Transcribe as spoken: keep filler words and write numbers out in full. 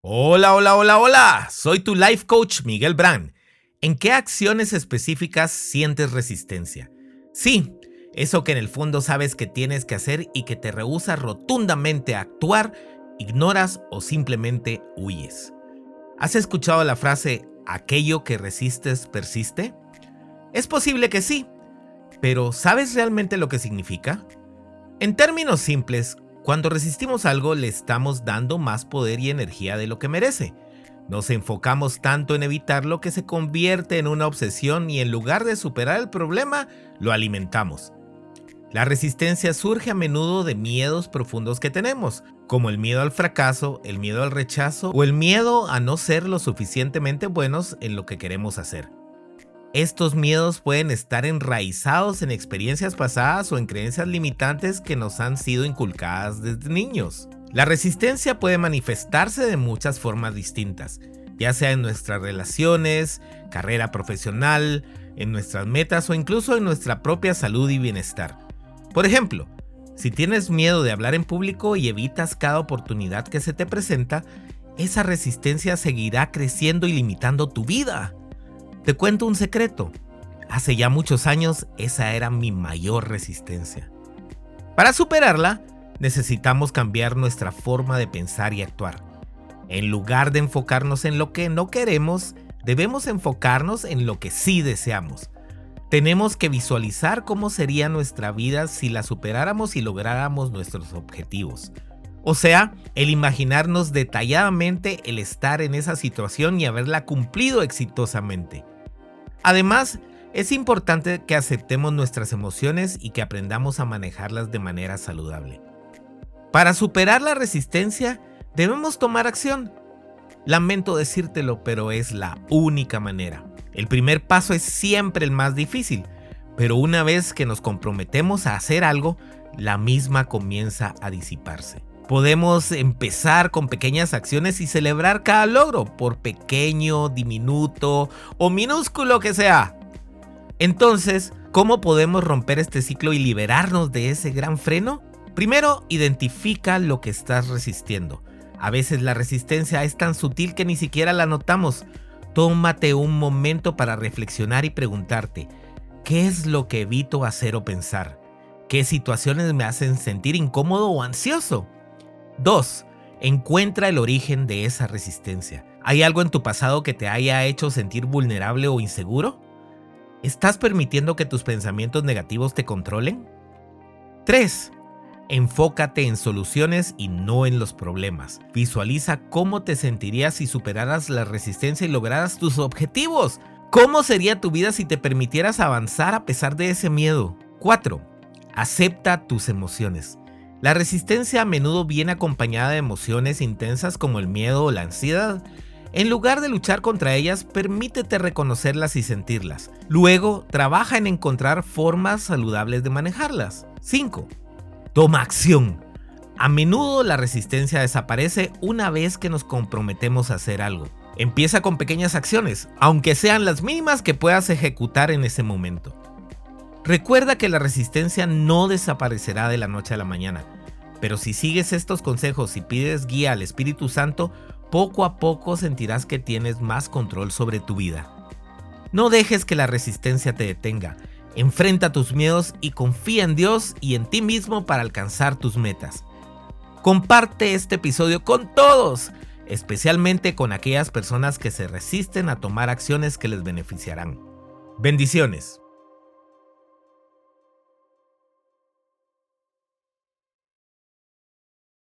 Hola, hola, hola, hola. Soy tu life coach Miguel Brand. ¿En qué acciones específicas sientes resistencia? Sí, eso que en el fondo sabes que tienes que hacer y que te rehúsas rotundamente a actuar, ignoras o simplemente huyes. ¿Has escuchado la frase aquello que resistes persiste? Es posible que sí, pero ¿sabes realmente lo que significa? En términos simples, cuando resistimos algo le estamos dando más poder y energía de lo que merece. Nos enfocamos tanto en evitarlo que se convierte en una obsesión y en lugar de superar el problema, lo alimentamos. La resistencia surge a menudo de miedos profundos que tenemos, como el miedo al fracaso, el miedo al rechazo o el miedo a no ser lo suficientemente buenos en lo que queremos hacer. Estos miedos pueden estar enraizados en experiencias pasadas o en creencias limitantes que nos han sido inculcadas desde niños. La resistencia puede manifestarse de muchas formas distintas, ya sea en nuestras relaciones, carrera profesional, en nuestras metas o incluso en nuestra propia salud y bienestar. Por ejemplo, si tienes miedo de hablar en público y evitas cada oportunidad que se te presenta, esa resistencia seguirá creciendo y limitando tu vida. Te cuento un secreto. Hace ya muchos años esa era mi mayor resistencia. Para superarla, necesitamos cambiar nuestra forma de pensar y actuar. En lugar de enfocarnos en lo que no queremos, debemos enfocarnos en lo que sí deseamos. Tenemos que visualizar cómo sería nuestra vida si la superáramos y lográramos nuestros objetivos. O sea, el imaginarnos detalladamente el estar en esa situación y haberla cumplido exitosamente. Además, es importante que aceptemos nuestras emociones y que aprendamos a manejarlas de manera saludable. Para superar la resistencia, debemos tomar acción. Lamento decírtelo, pero es la única manera. El primer paso es siempre el más difícil, pero una vez que nos comprometemos a hacer algo, la misma comienza a disiparse. Podemos empezar con pequeñas acciones y celebrar cada logro, por pequeño, diminuto o minúsculo que sea. Entonces, ¿cómo podemos romper este ciclo y liberarnos de ese gran freno? Primero, identifica lo que estás resistiendo. A veces la resistencia es tan sutil que ni siquiera la notamos. Tómate un momento para reflexionar y preguntarte, ¿qué es lo que evito hacer o pensar? ¿Qué situaciones me hacen sentir incómodo o ansioso? dos. Encuentra el origen de esa resistencia. ¿Hay algo en tu pasado que te haya hecho sentir vulnerable o inseguro? ¿Estás permitiendo que tus pensamientos negativos te controlen? tres. Enfócate en soluciones y no en los problemas. Visualiza cómo te sentirías si superaras la resistencia y lograras tus objetivos. ¿Cómo sería tu vida si te permitieras avanzar a pesar de ese miedo? cuatro. Acepta tus emociones. La resistencia a menudo viene acompañada de emociones intensas como el miedo o la ansiedad. En lugar de luchar contra ellas, permítete reconocerlas y sentirlas. Luego, trabaja en encontrar formas saludables de manejarlas. cinco. Toma acción. A menudo la resistencia desaparece una vez que nos comprometemos a hacer algo. Empieza con pequeñas acciones, aunque sean las mínimas que puedas ejecutar en ese momento. Recuerda que la resistencia no desaparecerá de la noche a la mañana, pero si sigues estos consejos y pides guía al Espíritu Santo, poco a poco sentirás que tienes más control sobre tu vida. No dejes que la resistencia te detenga. Enfrenta tus miedos y confía en Dios y en ti mismo para alcanzar tus metas. Comparte este episodio con todos, especialmente con aquellas personas que se resisten a tomar acciones que les beneficiarán. Bendiciones.